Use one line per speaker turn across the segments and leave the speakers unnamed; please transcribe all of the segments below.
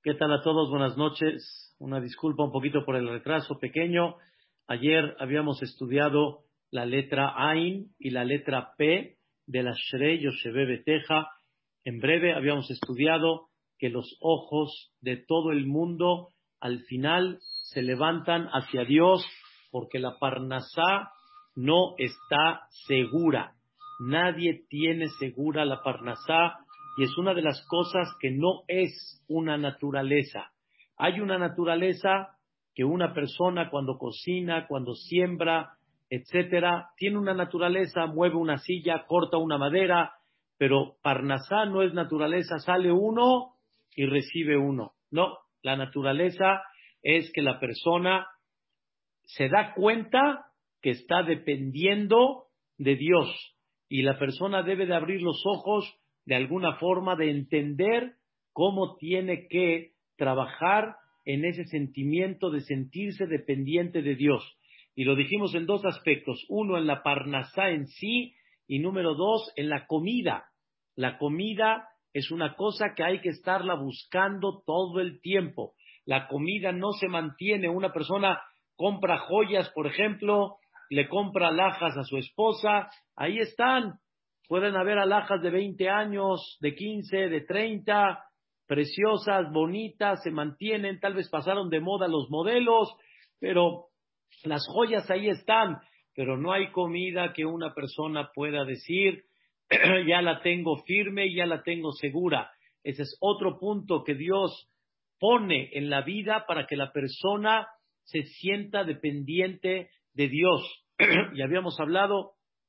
¿Qué tal a todos? Buenas noches. Una disculpa un poquito por el retraso pequeño. Ayer habíamos estudiado la letra Ain y la letra P de la Shrei Yosheve Beteja. En breve habíamos estudiado que los ojos de todo el mundo al final se levantan hacia Dios porque la Parnasá no está segura. Nadie tiene segura la Parnasá. Y es una de las cosas que no es una naturaleza. Hay una naturaleza que una persona cuando cocina, cuando siembra, etcétera, tiene una naturaleza, mueve una silla, corta una madera, pero Parnasá no es naturaleza, sale uno y recibe uno. No, la naturaleza es que la persona se da cuenta que está dependiendo de Dios y la persona debe de abrir los ojos de alguna forma de entender cómo tiene que trabajar en ese sentimiento de sentirse dependiente de Dios. Y lo dijimos en dos aspectos. Uno, en la parnasá en sí, y número dos, en la comida. La comida es una cosa que hay que estarla buscando todo el tiempo. La comida no se mantiene. Una persona compra joyas, por ejemplo, le compra alhajas a su esposa, ahí están. Pueden haber alhajas de 20 años, de 15, de 30, preciosas, bonitas, se mantienen, tal vez pasaron de moda los modelos, pero las joyas ahí están, pero no hay comida que una persona pueda decir, ya la tengo firme, ya la tengo segura. Ese es otro punto que Dios pone en la vida para que la persona se sienta dependiente de Dios. Y habíamos hablado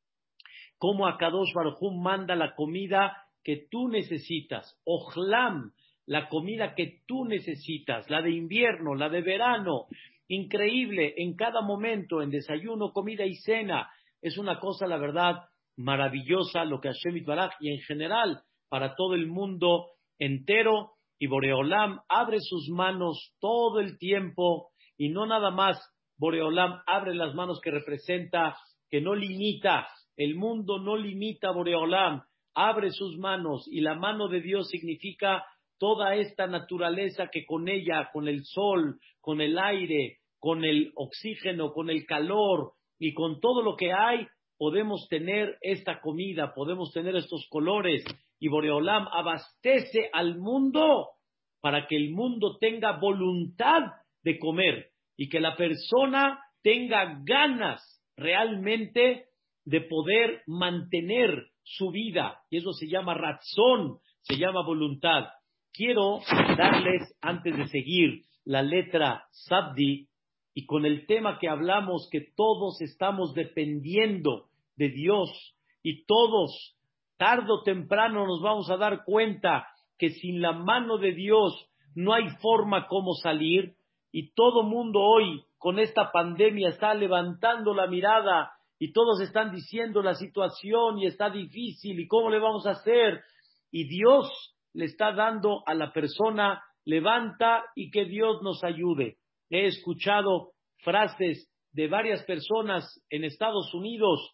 cómo Akadosh Baruj Hu manda la comida que tú necesitas. Ojlam, la comida que tú necesitas, la de invierno, la de verano. Increíble, en cada momento, en desayuno, comida y cena. Es una cosa, la verdad, maravillosa lo que Hashem Yitbaraj y en general para todo el mundo entero. Y Boreolam abre sus manos todo el tiempo y no nada más. Boreolam abre las manos que representa, que no limita. El mundo no limita a Boreolam, abre sus manos y la mano de Dios significa toda esta naturaleza que con ella, con el sol, con el aire, con el oxígeno, con el calor y con todo lo que hay, podemos tener esta comida, podemos tener estos colores y Boreolam abastece al mundo para que el mundo tenga voluntad de comer y que la persona tenga ganas realmente de poder mantener su vida. Y eso se llama razón, se llama voluntad. Quiero darles, antes de seguir, la letra Sabdi, y con el tema que hablamos, que todos estamos dependiendo de Dios, y todos, tarde o temprano, nos vamos a dar cuenta que sin la mano de Dios no hay forma como salir, y todo mundo hoy, con esta pandemia, está levantando la mirada y todos están diciendo la situación y está difícil y cómo le vamos a hacer. Y Dios le está dando a la persona, levanta y que Dios nos ayude. He escuchado frases de varias personas en Estados Unidos,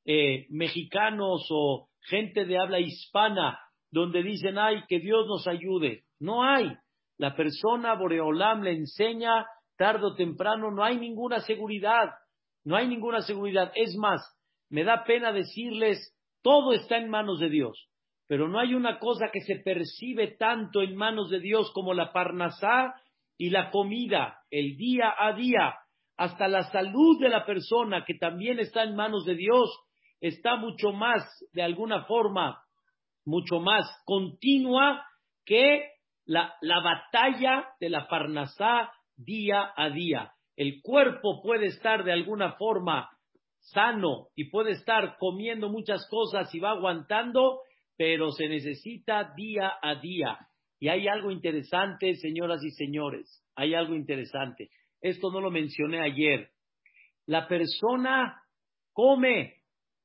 mexicanos o gente de habla hispana, donde dicen, ay, que Dios nos ayude. No hay. La persona, Boreolam, le enseña, tarde o temprano, no hay ninguna seguridad. No hay ninguna seguridad. Es más, me da pena decirles, todo está en manos de Dios. Pero no hay una cosa que se percibe tanto en manos de Dios como la parnasá y la comida, el día a día. Hasta la salud de la persona, que también está en manos de Dios, está mucho más, de alguna forma, mucho más continua que la batalla de la parnasá día a día. El cuerpo puede estar de alguna forma sano y puede estar comiendo muchas cosas y va aguantando, pero se necesita día a día. Y hay algo interesante, señoras y señores, hay algo interesante. Esto no lo mencioné ayer. La persona come,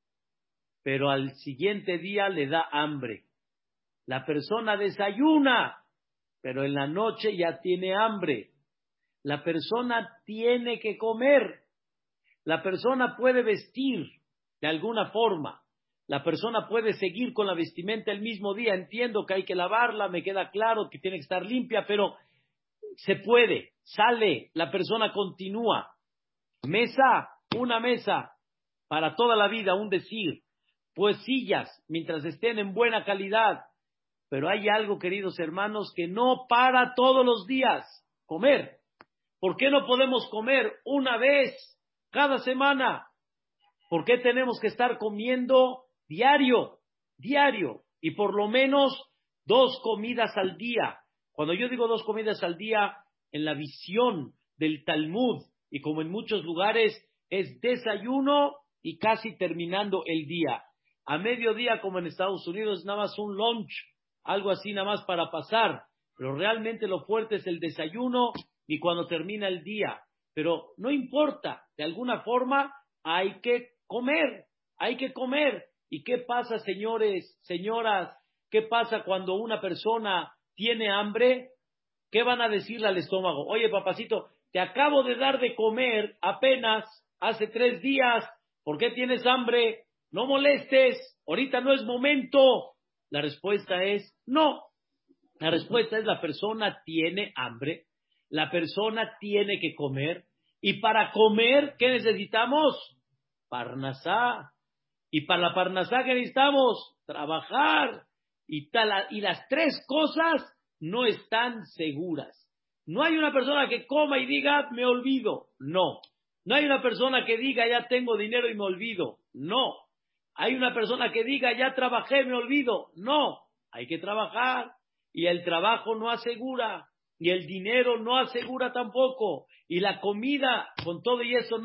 pero al siguiente día le da hambre. La persona desayuna, pero en la noche ya tiene hambre. La persona tiene que comer. La persona puede vestir de alguna forma. La persona puede seguir con la vestimenta el mismo día. Entiendo que hay que lavarla, me queda claro que tiene que estar limpia, pero se puede, sale, la persona continúa. Mesa, una mesa para toda la vida, un decir. Pues sillas, mientras estén en buena calidad. Pero hay algo, queridos hermanos, que no para todos los días. Comer. ¿Por qué no podemos comer una vez cada semana? ¿Por qué tenemos que estar comiendo diario? Diario. Y por lo menos 2 comidas al día. Cuando yo digo 2 comidas al día, en la visión del Talmud, y como en muchos lugares, es desayuno y casi terminando el día. A mediodía, como en Estados Unidos, es nada más un lunch, algo así nada más para pasar. Pero realmente lo fuerte es el desayuno y cuando termina el día. Pero no importa, de alguna forma hay que comer, hay que comer. ¿Y qué pasa, señores, señoras? ¿Qué pasa cuando una persona tiene hambre? ¿Qué van a decirle al estómago? Oye, papacito, te acabo de dar de comer apenas hace 3 días. ¿Por qué tienes hambre? No molestes, ahorita no es momento. La respuesta es no. La respuesta es la persona tiene hambre, la persona tiene que comer. Y para comer, ¿qué necesitamos? Parnasá. Y para la parnasá, ¿qué necesitamos? Trabajar. Y las 3 cosas no están seguras. No hay una persona que coma y diga, me olvido. No. No hay una persona que diga, ya tengo dinero y me olvido. No. Hay una persona que diga, ya trabajé, me olvido. No. Hay que trabajar. Y el trabajo no asegura. Y el dinero no asegura tampoco. Y la comida, con todo y eso,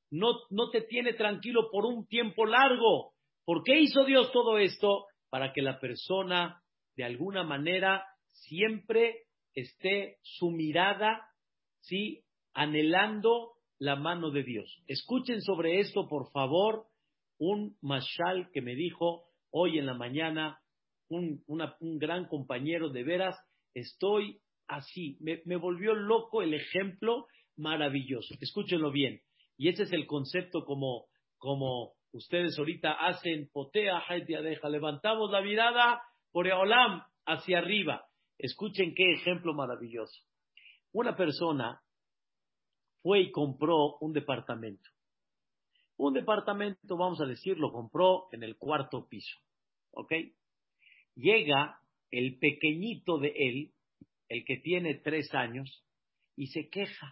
no te tiene tranquilo por un tiempo largo. ¿Por qué hizo Dios todo esto? Para que la persona, de alguna manera, siempre esté su mirada, ¿sí?, anhelando la mano de Dios. Escuchen sobre esto, por favor, un mashal que me dijo hoy en la mañana, un gran compañero, de veras, estoy así, me volvió loco el ejemplo maravilloso. Escúchenlo bien. Y ese es el concepto como ustedes ahorita hacen, potea, deja, levantamos la mirada por Eolam hacia arriba. Escuchen qué ejemplo maravilloso. Una persona fue y compró un departamento. Un departamento, vamos a decirlo, compró en el 4º piso. ¿Ok? Llega el pequeñito de él, el que tiene 3 años, y se queja.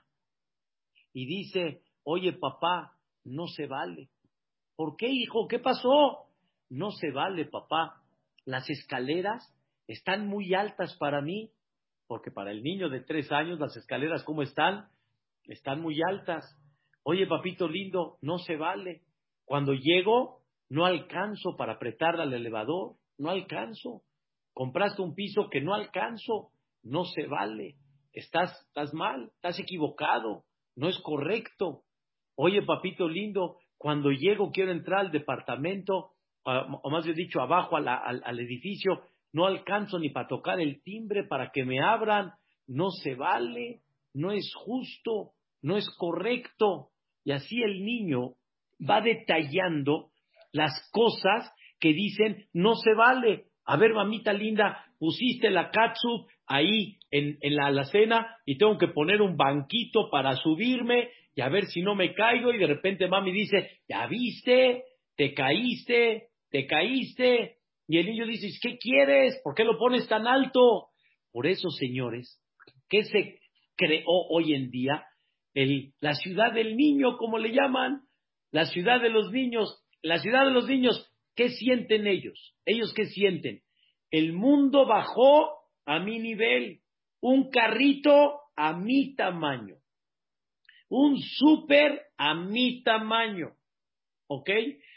Y dice, oye papá, no se vale. ¿Por qué, hijo? ¿Qué pasó? No se vale, papá. Las escaleras están muy altas para mí, porque para el niño de 3 años las escaleras, ¿cómo están? Están muy altas. Oye, papito lindo, no se vale. Cuando llego, no alcanzo para apretar al elevador, no alcanzo. Compraste un piso que no alcanzo, no se vale. Estás mal, estás equivocado, no es correcto. Oye, papito lindo, cuando llego quiero entrar al departamento, o más bien dicho, abajo al edificio, no alcanzo ni para tocar el timbre para que me abran, no se vale, no es justo, no es correcto. Y así el niño va detallando las cosas que dicen no se vale. A ver, mamita linda, pusiste la catsup ahí en la alacena y tengo que poner un banquito para subirme y a ver si no me caigo, y de repente mami dice, ¿ya viste? Te caíste. Y el niño dice, ¿qué quieres? ¿Por qué lo pones tan alto? Por eso, señores, ¿qué se creó hoy en día? La ciudad del niño, como le llaman, la ciudad de los niños. La ciudad de los niños, ¿qué sienten ellos? ¿Ellos qué sienten? El mundo bajó a mi nivel, un carrito a mi tamaño, un súper a mi tamaño, ¿ok?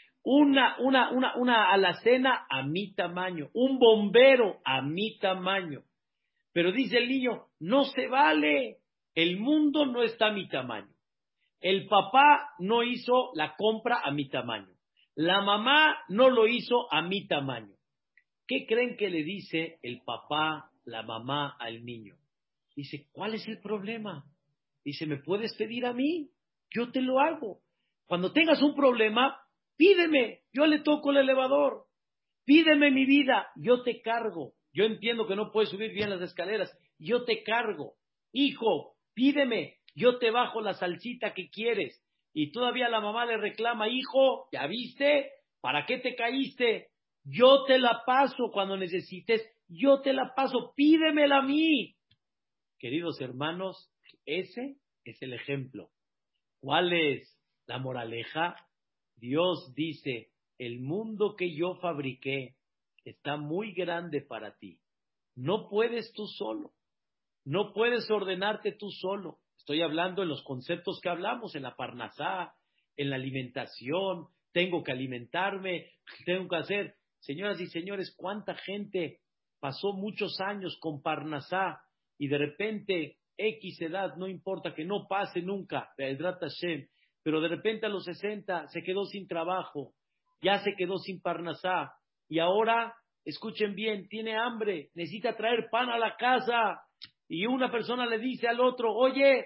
Una alacena a mi tamaño, un bombero a mi tamaño. Pero dice el niño, no se vale, el mundo no está a mi tamaño. El papá no hizo la compra a mi tamaño. La mamá no lo hizo a mi tamaño. ¿Qué creen que le dice el papá, la mamá al niño? Dice, ¿cuál es el problema? Dice, ¿me puedes pedir a mí? Yo te lo hago. Cuando tengas un problema, pídeme, yo le toco el elevador. Pídeme mi vida, yo te cargo. Yo entiendo que no puedes subir bien las escaleras, yo te cargo. hijo, pídeme, yo te bajo la salsita que quieres. Y todavía la mamá le reclama, hijo, ¿ya viste? ¿Para qué te caíste? Yo te la paso cuando necesites, yo te la paso, pídemela a mí. Queridos hermanos, ese es el ejemplo. ¿Cuál es la moraleja? Dios dice, el mundo que yo fabriqué está muy grande para ti. No puedes tú solo. No puedes ordenarte tú solo. Estoy hablando en los conceptos que hablamos, en la parnasá, en la alimentación. Tengo que alimentarme, tengo que hacer. Señoras y señores, ¿cuánta gente pasó muchos años con parnasá y de repente X edad, no importa que no pase nunca, Be'ezrat Hashem, pero de repente a los 60 se quedó sin trabajo, ya se quedó sin parnasá y ahora, escuchen bien, tiene hambre, necesita traer pan a la casa. Y una persona le dice al otro, oye,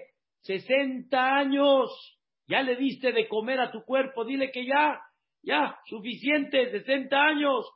60 años, ya le diste de comer a tu cuerpo, dile que ya, suficiente, 60 años.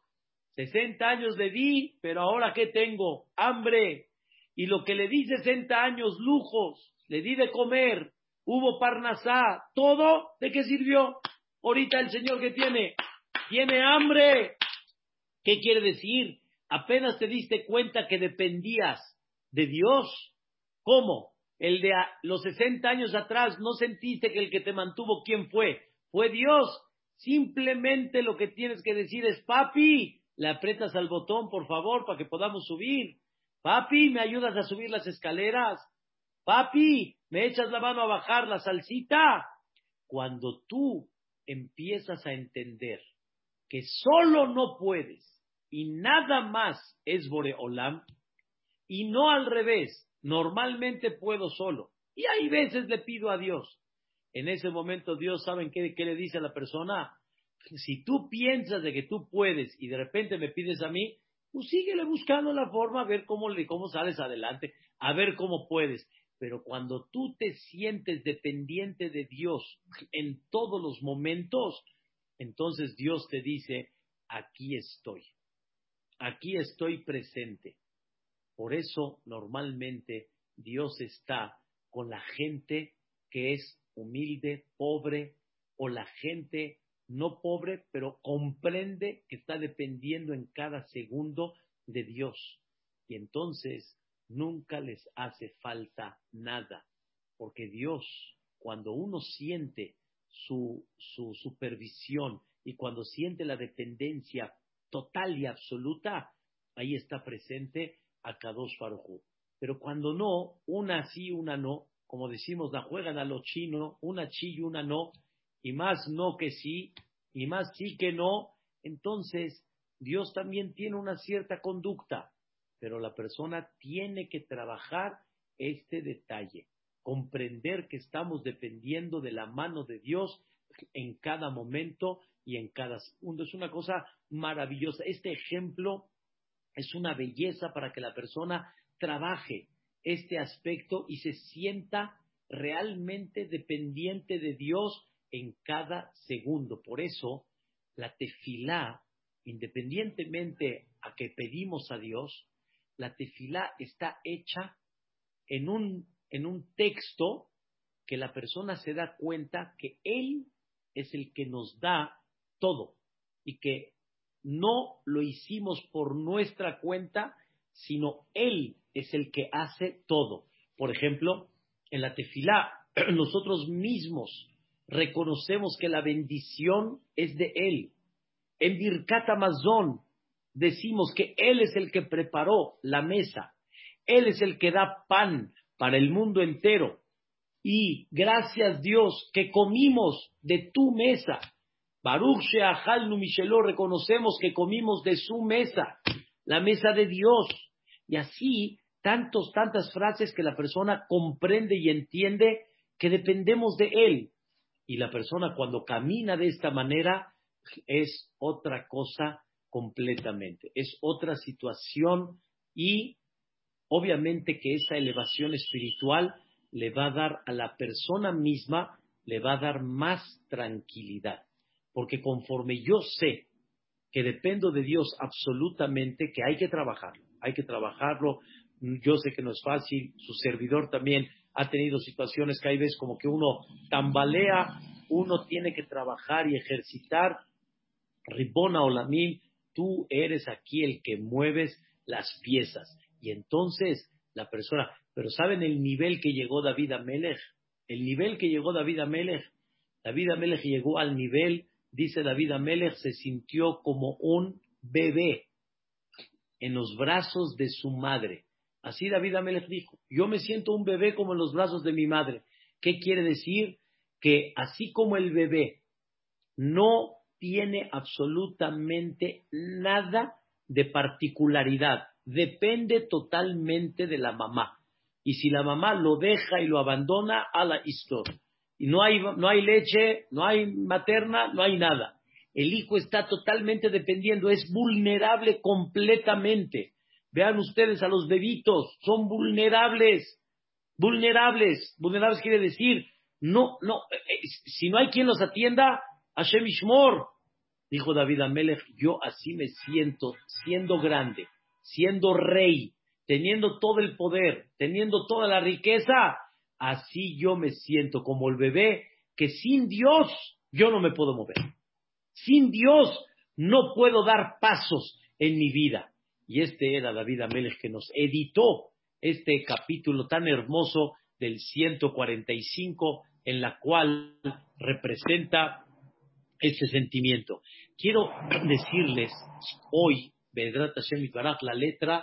60 años le di, pero ahora ¿qué tengo? Hambre. Y lo que le di 60 años, lujos, le di de comer, hubo parnasá, todo, ¿de qué sirvió? Ahorita el señor que tiene hambre. ¿Qué quiere decir? Apenas te diste cuenta que dependías de Dios. ¿Cómo? El de los 60 años atrás, ¿no sentiste que el que te mantuvo, quién fue? Fue Dios. Simplemente lo que tienes que decir es, papi, le aprietas al botón, por favor, para que podamos subir. Papi, ¿me ayudas a subir las escaleras? Papi, ¿me echas la mano a bajar la salsita? Cuando tú empiezas a entender que solo no puedes y nada más es Boreolam, y no al revés, normalmente puedo solo, y hay veces le pido a Dios. En ese momento Dios, ¿saben qué le dice a la persona? Si tú piensas de que tú puedes y de repente me pides a mí, pues síguele buscando la forma a ver cómo sales adelante, a ver cómo puedes. Pero cuando tú te sientes dependiente de Dios en todos los momentos, entonces Dios te dice, aquí estoy presente. Por eso normalmente Dios está con la gente que es humilde, pobre, o la gente no pobre, pero comprende que está dependiendo en cada segundo de Dios. Y entonces nunca les hace falta nada, porque Dios, cuando uno siente su supervisión y cuando siente la dependencia total y absoluta, ahí está presente a Kadosh Baruj Hu. Pero cuando no, una sí, una no, como decimos, la juegan a lo chino, una sí y una no, y más no que sí, y más sí que no, entonces Dios también tiene una cierta conducta, pero la persona tiene que trabajar este detalle, comprender que estamos dependiendo de la mano de Dios en cada momento y en cada segundo. Es una cosa maravillosa. Este ejemplo es una belleza para que la persona trabaje este aspecto y se sienta realmente dependiente de Dios en cada segundo. Por eso, la tefilá, independientemente a que pedimos a Dios, la tefilá está hecha en un texto que la persona se da cuenta que Él es el que nos da todo y que no lo hicimos por nuestra cuenta, sino Él es el que hace todo. Por ejemplo, en la tefilá, nosotros mismos reconocemos que la bendición es de Él. En Birkat Hamazon decimos que Él es el que preparó la mesa. Él es el que da pan para el mundo entero. Y gracias Dios que comimos de tu mesa. Baruch She'achalnu Mishelo, reconocemos que comimos de su mesa, la mesa de Dios. Y así, tantas frases que la persona comprende y entiende que dependemos de Él. Y la persona cuando camina de esta manera es otra cosa completamente. Es otra situación y obviamente que esa elevación espiritual le va a dar a la persona misma, le va a dar más tranquilidad. Porque conforme yo sé que dependo de Dios absolutamente, que hay que trabajarlo Yo sé que no es fácil, su servidor también ha tenido situaciones que hay veces como que uno tambalea, uno tiene que trabajar y ejercitar. Ribona Olamim, tú eres aquí el que mueves las piezas. Y entonces la persona, pero ¿saben el nivel que llegó David Amelech? El nivel que llegó David Amelech llegó al nivel, dice David Amelech, se sintió como un bebé en los brazos de su madre. Así David Amelech dijo, yo me siento un bebé como en los brazos de mi madre. ¿Qué quiere decir? Que así como el bebé no tiene absolutamente nada de particularidad, depende totalmente de la mamá. Y si la mamá lo deja y lo abandona, a la historia. Y no hay leche, no hay materna, no hay nada. El hijo está totalmente dependiendo, es vulnerable completamente. Vean ustedes a los bebitos, son vulnerables. Vulnerables quiere decir, si no hay quien los atienda, Hashem Ishmor, dijo David Amelech, yo así me siento, siendo grande, siendo rey, teniendo todo el poder, teniendo toda la riqueza, así yo me siento como el bebé que sin Dios yo no me puedo mover. Sin Dios no puedo dar pasos en mi vida. Y este era David Amelech que nos editó este capítulo tan hermoso del 145 en la cual representa este sentimiento. Quiero decirles hoy, Bedrat Hashem Yitbaraj, la letra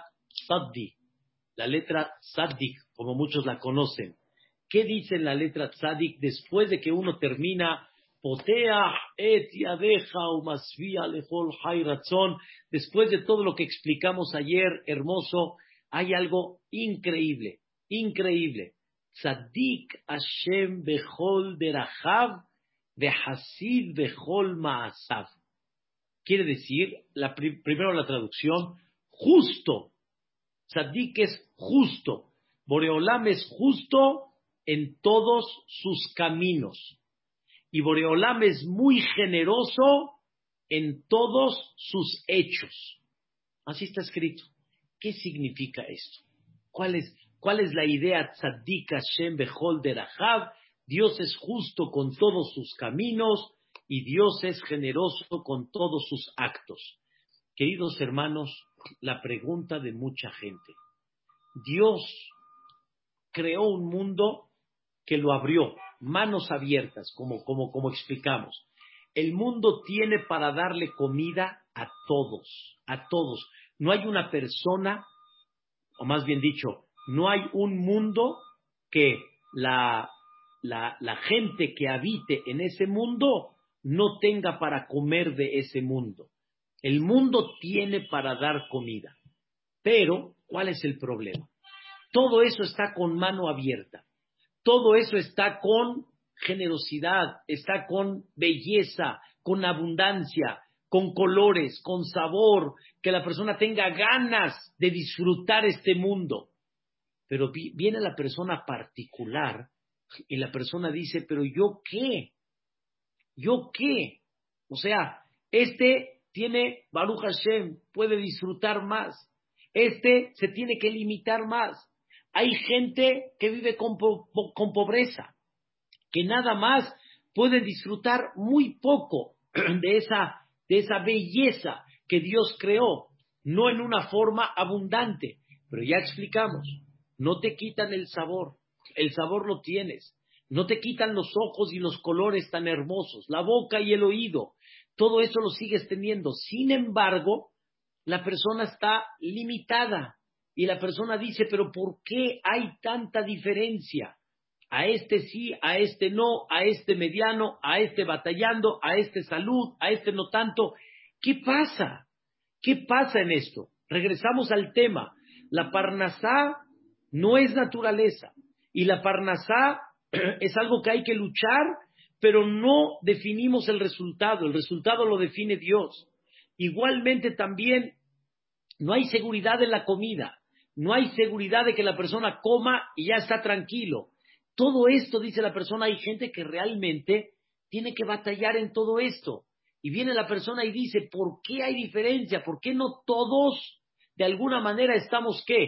Tzadik, como muchos la conocen. ¿Qué dice la letra Tzadik después de que uno termina Potea et yadeja umasvia lechol hay ratzon? Después de todo lo que explicamos ayer, hermoso, hay algo increíble. Tzadik Hashem bechol derachav vehasid bechol maasav. Quiere decir, primero la traducción, justo. Tzadik es justo. Boreolam es justo en todos sus caminos. Y Boreolam es muy generoso en todos sus hechos. Así está escrito. ¿Qué significa esto? ¿Cuál es la idea? Tzadik Hashem bechol derachav. Dios es justo con todos sus caminos y Dios es generoso con todos sus actos. Queridos hermanos, la pregunta de mucha gente. Dios creó un mundo que lo abrió, manos abiertas, como explicamos. El mundo tiene para darle comida a todos. No hay una persona, o más bien dicho, no hay un mundo que la gente que habite en ese mundo no tenga para comer de ese mundo. El mundo tiene para dar comida. Pero, ¿cuál es el problema? Todo eso está con mano abierta. Todo eso está con generosidad, está con belleza, con abundancia, con colores, con sabor, que la persona tenga ganas de disfrutar este mundo. Pero viene la persona particular y la persona dice, pero ¿yo qué? ¿Yo qué? O sea, tiene Baruch Hashem, puede disfrutar más. Se tiene que limitar más. Hay gente que vive con pobreza, que nada más puede disfrutar muy poco de esa belleza que Dios creó, no en una forma abundante. Pero ya explicamos, no te quitan el sabor lo tienes. No te quitan los ojos y los colores tan hermosos, la boca y el oído, todo eso lo sigues teniendo. Sin embargo, la persona está limitada y la persona dice, pero ¿por qué hay tanta diferencia? A este sí, a este no, a este mediano, a este batallando, a este salud, a este no tanto. ¿Qué pasa? ¿Qué pasa en esto? Regresamos al tema. La parnasá no es naturaleza y la parnasá es algo que hay que luchar, pero no definimos el resultado lo define Dios. Igualmente también no hay seguridad en la comida, no hay seguridad de que la persona coma y ya está tranquilo. Todo esto, dice la persona, hay gente que realmente tiene que batallar en todo esto. Y viene la persona y dice, ¿por qué hay diferencia? ¿Por qué no todos de alguna manera estamos, qué?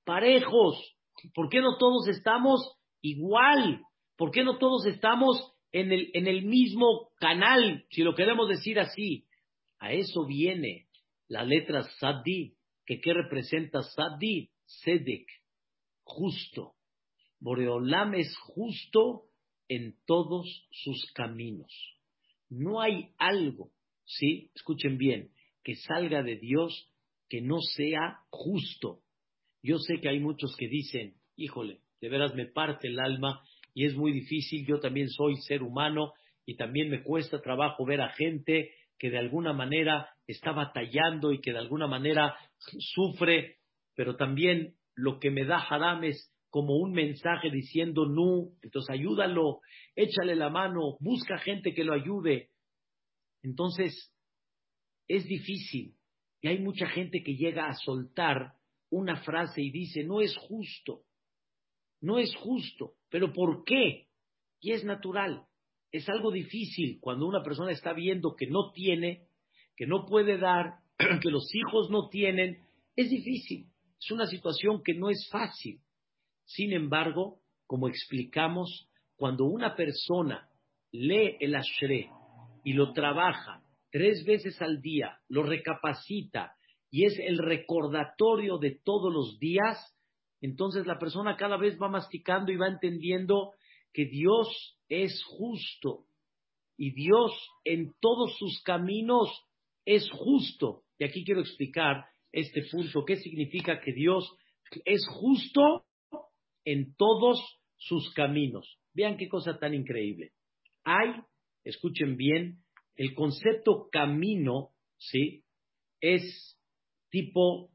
parejos? ¿Por qué no todos estamos igual? ¿Por qué no todos estamos en el mismo canal, si lo queremos decir así? A eso viene la letra Saddi, que ¿qué representa Saddi? Sedek, justo. Boreolam es justo en todos sus caminos. No hay algo, ¿sí? Escuchen bien, que salga de Dios que no sea justo. Yo sé que hay muchos que dicen, híjole, de veras me parte el alma y es muy difícil, yo también soy ser humano y también me cuesta trabajo ver a gente que de alguna manera está batallando y que de alguna manera sufre, pero también lo que me da Haram es como un mensaje diciendo no, entonces ayúdalo, échale la mano, busca gente que lo ayude. Entonces es difícil y hay mucha gente que llega a soltar una frase y dice no es justo, no es justo, pero ¿por qué? Y es natural, es algo difícil cuando una persona está viendo que no tiene, que no puede dar, que los hijos no tienen, es difícil, es una situación que no es fácil. Sin embargo, como explicamos, cuando una persona lee el Ashré y lo trabaja 3 veces al día, lo recapacita y es el recordatorio de todos los días, entonces la persona cada vez va masticando y va entendiendo que Dios es justo y Dios en todos sus caminos es justo. Y aquí quiero explicar este punto, qué significa que Dios es justo en todos sus caminos. Vean qué cosa tan increíble. Hay, escuchen bien, el concepto camino, ¿sí? Es tipo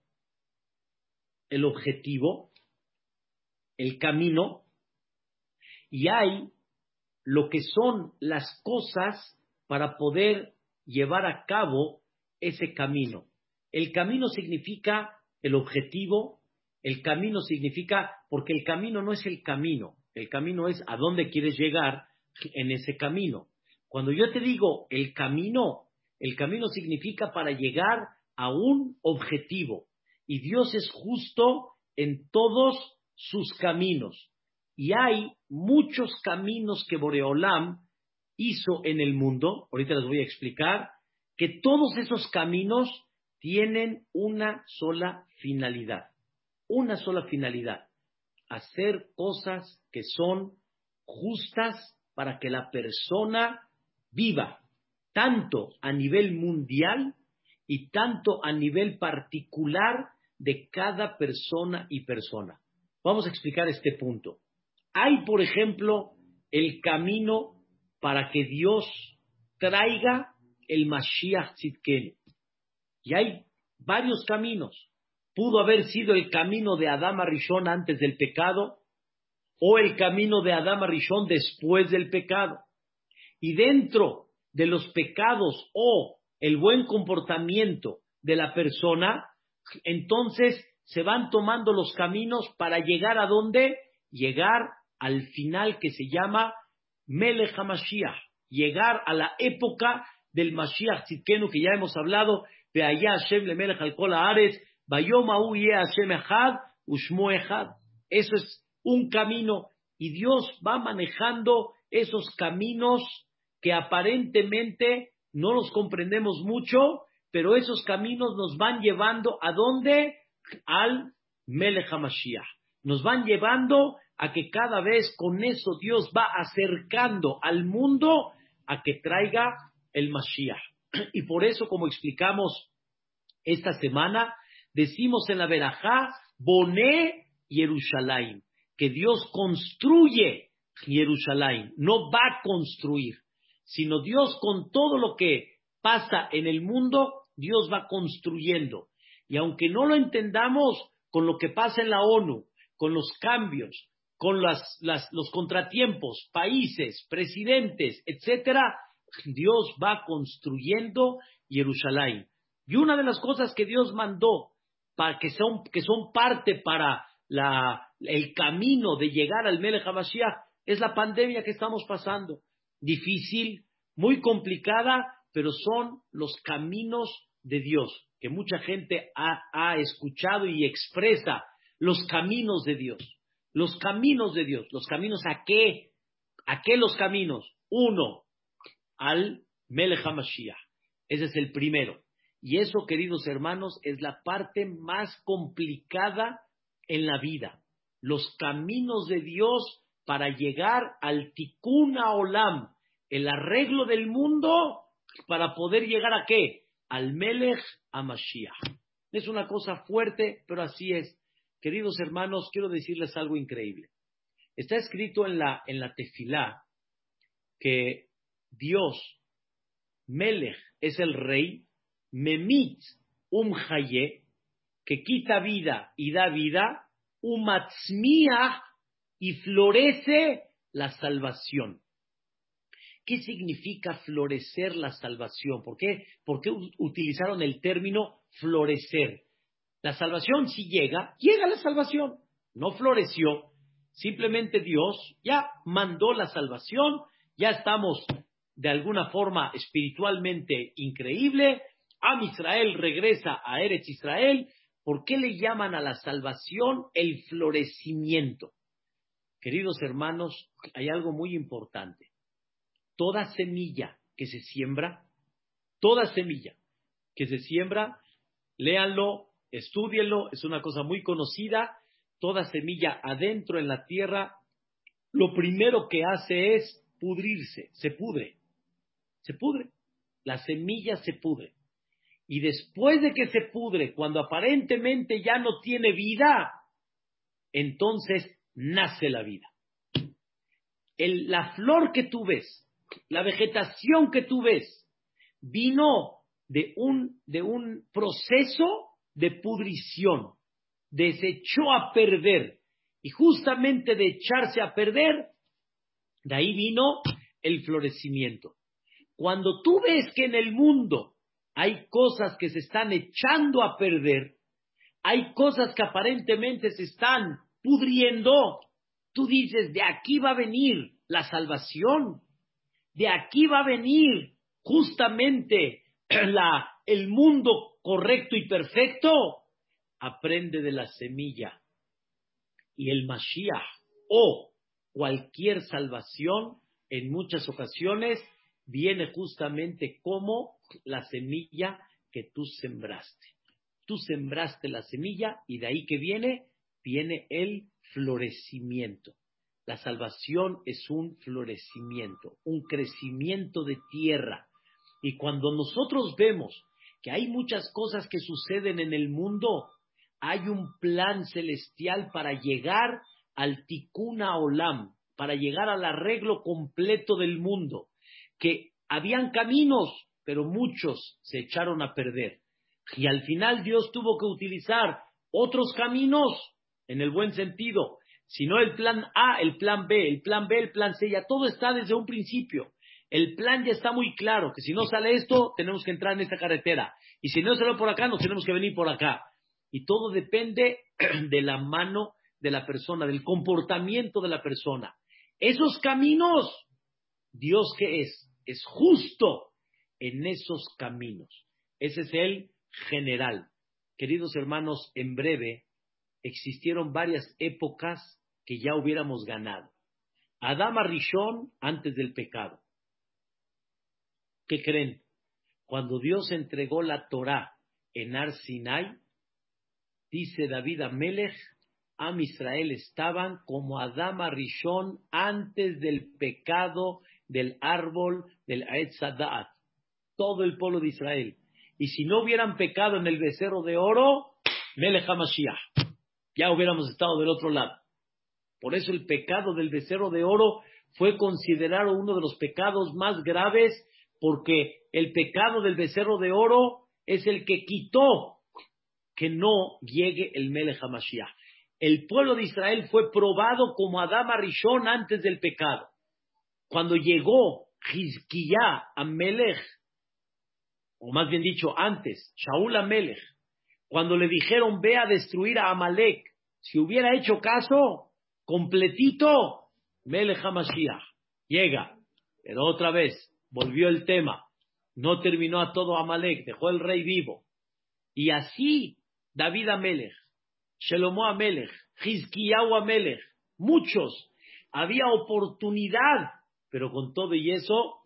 el objetivo, el camino, y hay lo que son las cosas para poder llevar a cabo ese camino. El camino significa el objetivo, el camino significa, porque el camino no es el camino es a dónde quieres llegar en ese camino. Cuando yo te digo el camino significa para llegar a un objetivo. Y Dios es justo en todos sus caminos. Y hay muchos caminos que Boreolam hizo en el mundo, ahorita les voy a explicar, que todos esos caminos tienen una sola finalidad, hacer cosas que son justas para que la persona viva, tanto a nivel mundial y tanto a nivel particular de cada persona y persona. Vamos a explicar este punto. Hay, por ejemplo, el camino para que Dios traiga el Mashiach Tzidkenu. Y hay varios caminos. Pudo haber sido el camino de Adán Rishon antes del pecado o el camino de Adán Rishon después del pecado. Y dentro de los pecados o el buen comportamiento de la persona, entonces se van tomando los caminos para llegar a dónde? Llegar al final que se llama Melech HaMashiach, llegar a la época del Mashiach Tzidkenu que ya hemos hablado, Ve'aya Hashem lemelech al kol haaretz, Vayom hahu yeh Hashem echad, Ushmo echad. Eso es un camino y Dios va manejando esos caminos que aparentemente no los comprendemos mucho, pero esos caminos nos van llevando ¿a dónde? Al Melech HaMashiach. Nos van llevando a que cada vez con eso Dios va acercando al mundo a que traiga el Mashiach. Y por eso, como explicamos esta semana, decimos en la Berajá, Boné Yerushalayim, que Dios construye Yerushalayim, no va a construir, sino Dios con todo lo que pasa en el mundo, Dios va construyendo. Y aunque no lo entendamos con lo que pasa en la ONU, con los cambios, con los contratiempos, países, presidentes, etcétera, Dios va construyendo Jerusalén. Y una de las cosas que Dios mandó para que son parte para el camino de llegar al Melech HaMashiach es la pandemia que estamos pasando. Difícil, muy complicada, pero son los caminos de Dios, que mucha gente ha escuchado y expresa los caminos de Dios. Los caminos de Dios. ¿Los caminos a qué? ¿A qué los caminos? Uno, al Melech HaMashiach. Ese es el primero. Y eso, queridos hermanos, es la parte más complicada en la vida. Los caminos de Dios para llegar al Tikkun HaOlam, el arreglo del mundo, para poder llegar ¿a qué? Al Melech HaMashiach. Es una cosa fuerte, pero así es. Queridos hermanos, quiero decirles algo increíble. Está escrito en la Tefilá que Dios, Melech, es el rey, Memit Haye, que quita vida y da vida, Umatzmiah, y florece la salvación. ¿Qué significa florecer la salvación? ¿Por qué utilizaron el término florecer? La salvación si llega la salvación. No floreció, simplemente Dios ya mandó la salvación, ya estamos de alguna forma espiritualmente increíble. Am Israel regresa a Eretz Israel. ¿Por qué le llaman a la salvación el florecimiento? Queridos hermanos, hay algo muy importante. Toda semilla que se siembra, léanlo, estúdienlo, es una cosa muy conocida. Toda semilla adentro en la tierra, lo primero que hace es pudrirse, se pudre. La semilla se pudre. Y después de que se pudre, cuando aparentemente ya no tiene vida, entonces nace la vida. La flor que tú ves, la vegetación que tú ves, vino de un proceso de pudrición, se echó a perder. Y justamente de echarse a perder, de ahí vino el florecimiento. Cuando tú ves que en el mundo hay cosas que se están echando a perder, hay cosas que aparentemente se están pudriendo, tú dices, de aquí va a venir la salvación, de aquí va a venir justamente el mundo correcto y perfecto. Aprende de la semilla. Y el Mashiach o cualquier salvación en muchas ocasiones viene justamente como la semilla que tú sembraste. Tú sembraste la semilla y de ahí que viene el florecimiento. La salvación es un florecimiento, un crecimiento de tierra. Y cuando nosotros vemos que hay muchas cosas que suceden en el mundo, hay un plan celestial para llegar al Tikkun HaOlam, para llegar al arreglo completo del mundo. Que habían caminos, pero muchos se echaron a perder. Y al final Dios tuvo que utilizar otros caminos, en el buen sentido. Si no el plan A, el plan B, el plan B, el plan C, ya todo está desde un principio. El plan ya está muy claro, que si no sale esto, tenemos que entrar en esta carretera. Y si no sale por acá, nos tenemos que venir por acá. Y todo depende de la mano de la persona, del comportamiento de la persona. Esos caminos, Dios ¿qué es? Es justo en esos caminos. Ese es el general. Queridos hermanos, en breve existieron varias épocas que ya hubiéramos ganado. Adán Rishon antes del pecado. ¿Qué creen? Cuando Dios entregó la Torá en Har Sinai, dice David Amelech, Am Israel estaban como Adán Rishon antes del pecado del árbol del Aetz Hadaat. Todo el pueblo de Israel. Y si no hubieran pecado en el becerro de oro, Melech HaMashiach, ya hubiéramos estado del otro lado. Por eso el pecado del becerro de oro fue considerado uno de los pecados más graves, porque el pecado del becerro de oro es el que quitó que no llegue el Melech HaMashiach. El pueblo de Israel fue probado como Adán Rishon antes del pecado. Cuando llegó Hizquiyá a Melech, o más bien dicho antes, Shaul Amelech, cuando le dijeron ve a destruir a Amalek, si hubiera hecho caso completito, Melech HaMashiach llega. Pero otra vez volvió el tema, no terminó a todo Amalek, dejó el rey vivo. Y así David Amelech, Shelomo Amelech, Hizkiyahu Amelech, muchos. Había oportunidad, pero con todo y eso,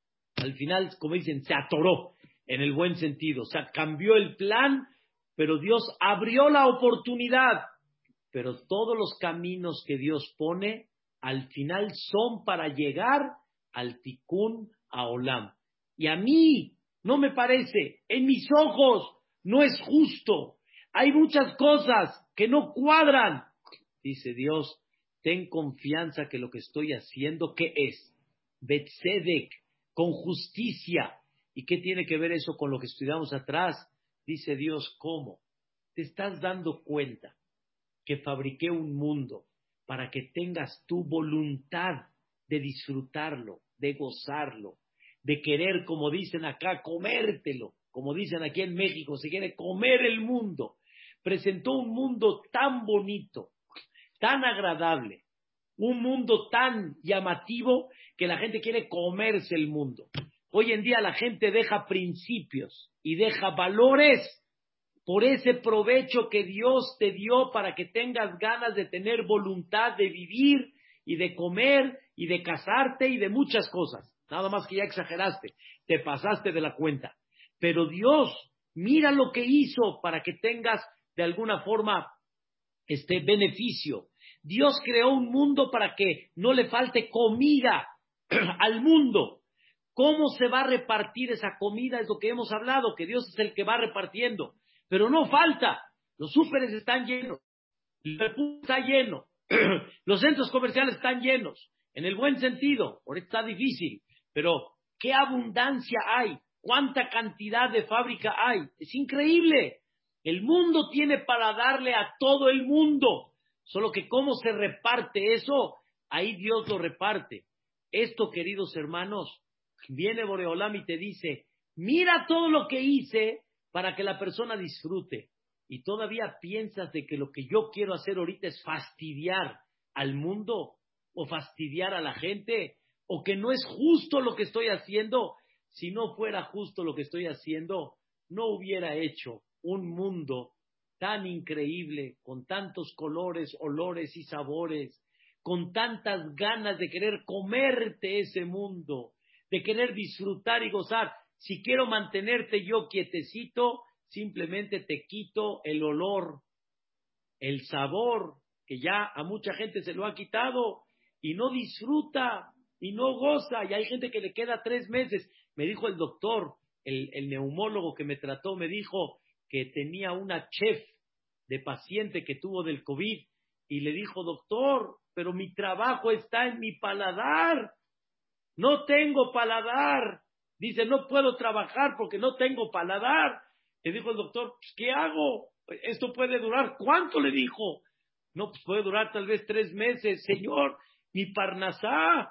al final, como dicen, se atoró en el buen sentido. O sea, cambió el plan, pero Dios abrió la oportunidad. Pero todos los caminos que Dios pone, al final son para llegar al Tikkun Haolam. Y a mí no me parece, en mis ojos no es justo. Hay muchas cosas que no cuadran. Dice Dios, ten confianza que lo que estoy haciendo, ¿qué es? Betzedek, con justicia. ¿Y qué tiene que ver eso con lo que estudiamos atrás? Dice Dios, ¿cómo? ¿Te estás dando cuenta que fabriqué un mundo para que tengas tu voluntad de disfrutarlo, de gozarlo, de querer, como dicen acá, comértelo? Como dicen aquí en México, se quiere comer el mundo. Presentó un mundo tan bonito, tan agradable, un mundo tan llamativo que la gente quiere comerse el mundo. Hoy en día la gente deja principios y deja valores por ese provecho que Dios te dio para que tengas ganas de tener voluntad de vivir y de comer y de casarte y de muchas cosas. Nada más que ya exageraste, te pasaste de la cuenta. Pero Dios, mira lo que hizo para que tengas de alguna forma este beneficio. Dios creó un mundo para que no le falte comida al mundo. ¿Cómo se va a repartir esa comida? Es lo que hemos hablado, que Dios es el que va repartiendo. Pero no falta. Los súperes están llenos. El refugio está lleno. Los centros comerciales están llenos. En el buen sentido. Ahorita está difícil. Pero ¿qué abundancia hay? ¿Cuánta cantidad de fábrica hay? Es increíble. El mundo tiene para darle a todo el mundo. Solo que cómo se reparte eso, ahí Dios lo reparte. Esto, queridos hermanos, viene Boreolam y te dice, mira todo lo que hice para que la persona disfrute. Y todavía piensas de que lo que yo quiero hacer ahorita es fastidiar al mundo o fastidiar a la gente o que no es justo lo que estoy haciendo. Si no fuera justo lo que estoy haciendo, no hubiera hecho un mundo tan increíble, con tantos colores, olores y sabores, con tantas ganas de querer comerte ese mundo, de querer disfrutar y gozar. Si quiero mantenerte yo quietecito, simplemente te quito el olor, el sabor, que ya a mucha gente se lo ha quitado y no disfruta y no goza. Y hay gente que le queda 3 meses. Me dijo el doctor, el neumólogo que me trató, me dijo que tenía una chef de paciente que tuvo del COVID y le dijo, doctor, pero mi trabajo está en mi paladar. No tengo paladar. Dice, no puedo trabajar porque no tengo paladar. Le dijo el doctor, pues, ¿qué hago? Esto puede durar. ¿Cuánto? Le dijo. No, pues puede durar tal vez 3 meses. Señor, ni parnasá.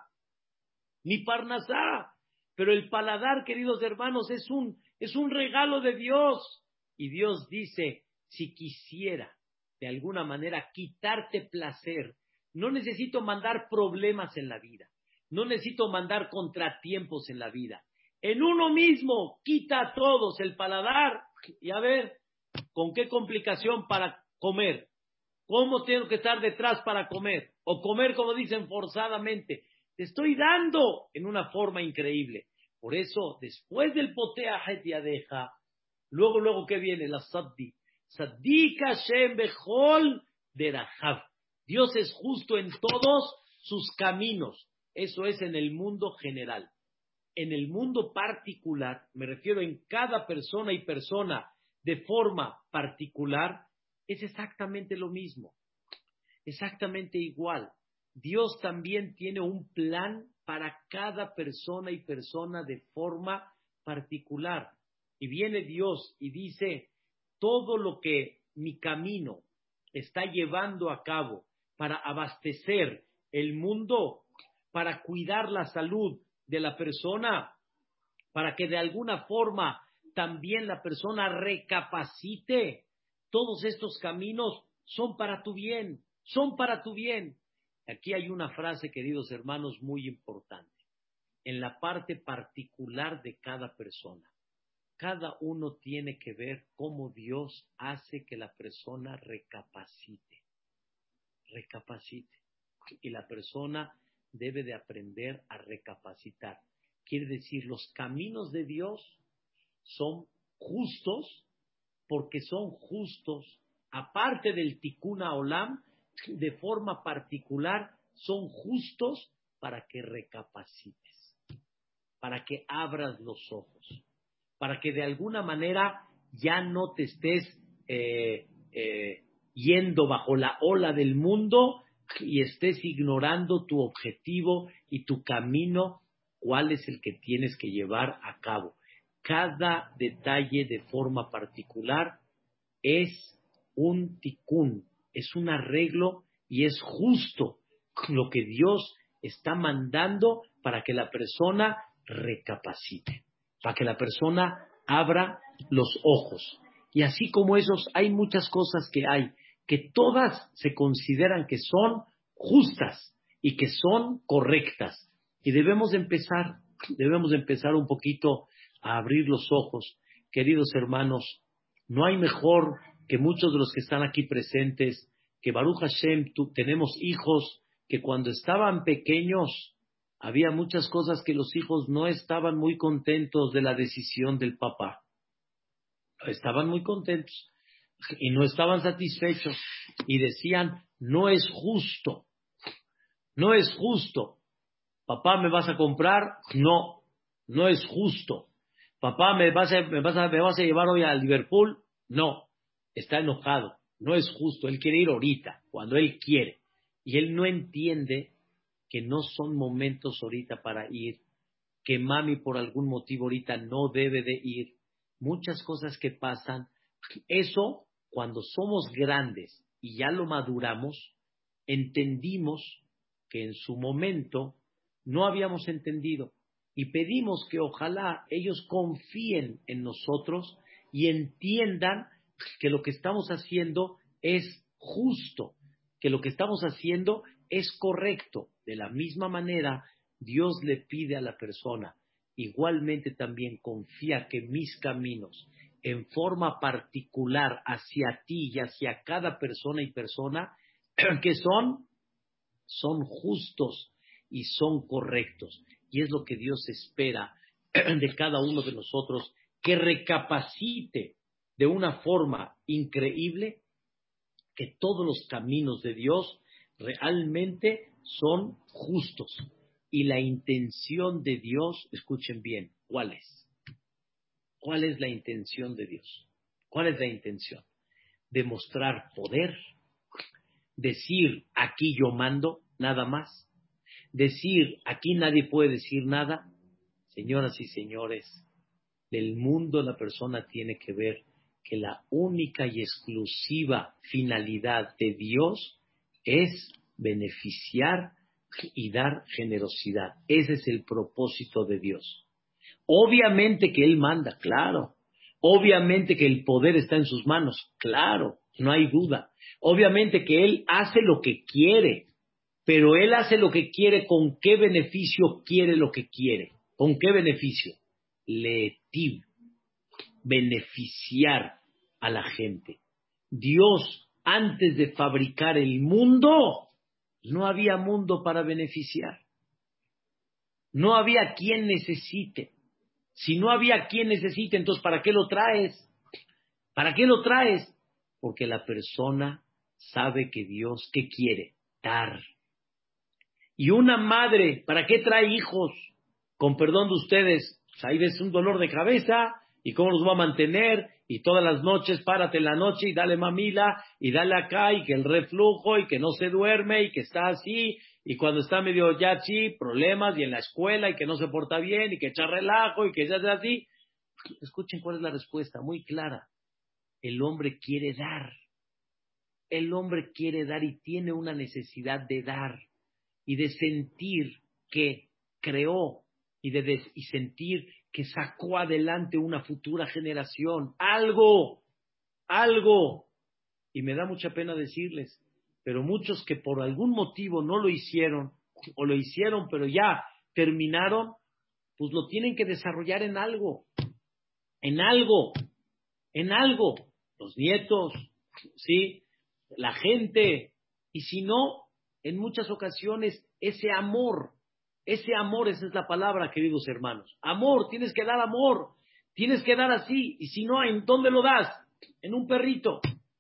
Ni parnasá. Pero el paladar, queridos hermanos, es un regalo de Dios. Y Dios dice, si quisiera de alguna manera quitarte placer, no necesito mandar problemas en la vida. No necesito mandar contratiempos en la vida. En uno mismo, quita a todos el paladar y a ver, ¿con qué complicación para comer? ¿Cómo tengo que estar detrás para comer? O comer, como dicen, forzadamente. Te estoy dando en una forma increíble. Por eso, después del potea yadeja, luego, ¿qué viene? La saddi. Saddi kashem bechol derajav. Dios es justo en todos sus caminos. Eso es en el mundo general. En el mundo particular, me refiero en cada persona y persona de forma particular, es exactamente lo mismo. Exactamente igual. Dios también tiene un plan para cada persona y persona de forma particular. Y viene Dios y dice, todo lo que mi camino está llevando a cabo para abastecer el mundo, para cuidar la salud de la persona, para que de alguna forma también la persona recapacite, todos estos caminos son para tu bien, son para tu bien. Aquí hay una frase, queridos hermanos, muy importante, en la parte particular de cada persona. Cada uno tiene que ver cómo Dios hace que la persona recapacite. Y la persona debe de aprender a recapacitar. Quiere decir, los caminos de Dios son justos porque son justos, aparte del Tikkun Olam, de forma particular, son justos para que recapacites, para que abras los ojos, para que de alguna manera ya no te estés yendo bajo la ola del mundo y estés ignorando tu objetivo y tu camino, cuál es el que tienes que llevar a cabo. Cada detalle de forma particular es un tikkun, es un arreglo y es justo lo que Dios está mandando para que la persona recapacite, para que la persona abra los ojos. Y así como esos, hay muchas cosas que todas se consideran que son justas y que son correctas. Y debemos empezar un poquito a abrir los ojos. Queridos hermanos, no hay mejor que muchos de los que están aquí presentes, que Baruch Hashem, tenemos hijos que cuando estaban pequeños había muchas cosas que los hijos no estaban muy contentos de la decisión del papá. Estaban muy contentos y no estaban satisfechos y decían, no es justo. Papá, ¿me vas a comprar? No, no es justo. Papá, ¿me vas a llevar hoy a Liverpool? No, está enojado, no es justo, él quiere ir ahorita, cuando él quiere. Y él no entiende que no son momentos ahorita para ir, que mami por algún motivo ahorita no debe de ir. Muchas cosas que pasan, eso cuando somos grandes y ya lo maduramos, entendimos que en su momento no habíamos entendido y pedimos que ojalá ellos confíen en nosotros y entiendan que lo que estamos haciendo es justo, que lo que estamos haciendo es correcto. De la misma manera, Dios le pide a la persona, igualmente también confía que mis caminos, en forma particular hacia ti y hacia cada persona y persona, que son justos y son correctos. Y es lo que Dios espera de cada uno de nosotros, que recapacite de una forma increíble que todos los caminos de Dios realmente son justos. Y la intención de Dios, escuchen bien, ¿cuál es? ¿Cuál es la intención de Dios? ¿Cuál es la intención? Demostrar poder, decir, aquí yo mando, nada más. Decir, aquí nadie puede decir nada. Señoras y señores, del mundo la persona tiene que ver que la única y exclusiva finalidad de Dios es beneficiar y dar generosidad. Ese es el propósito de Dios. Obviamente que Él manda, claro. Obviamente que el poder está en sus manos, claro, no hay duda. Obviamente que Él hace lo que quiere, pero Él hace lo que quiere, ¿con qué beneficio quiere lo que quiere? ¿Con qué beneficio? Letiv, beneficiar a la gente. Dios, antes de fabricar el mundo, no había mundo para beneficiar. No había quien necesite. Si no había quien necesite, entonces ¿para qué lo traes? ¿Para qué lo traes? Porque la persona sabe que Dios, ¿qué quiere? Dar. Y una madre, ¿para qué trae hijos? Con perdón de ustedes, pues ahí ves un dolor de cabeza, ¿y cómo los va a mantener? Y todas las noches, párate en la noche y dale mamila, y dale acá, y que el reflujo, y que no se duerme, y que está así, y cuando está medio yachi, problemas, y en la escuela, y que no se porta bien, y que echa relajo, y que se hace así. Escuchen cuál es la respuesta, muy clara. El hombre quiere dar. El hombre quiere dar y tiene una necesidad de dar y de sentir que creó y sentir que sacó adelante una futura generación. Algo. Y me da mucha pena decirles, pero muchos que por algún motivo no lo hicieron, o lo hicieron pero ya terminaron, pues lo tienen que desarrollar en algo. en algo, los nietos, ¿sí? La gente, y si no, en muchas ocasiones, esa amor, esa es la palabra, queridos hermanos, amor, tienes que dar amor, tienes que dar así, y si no, ¿en dónde lo das? En un perrito,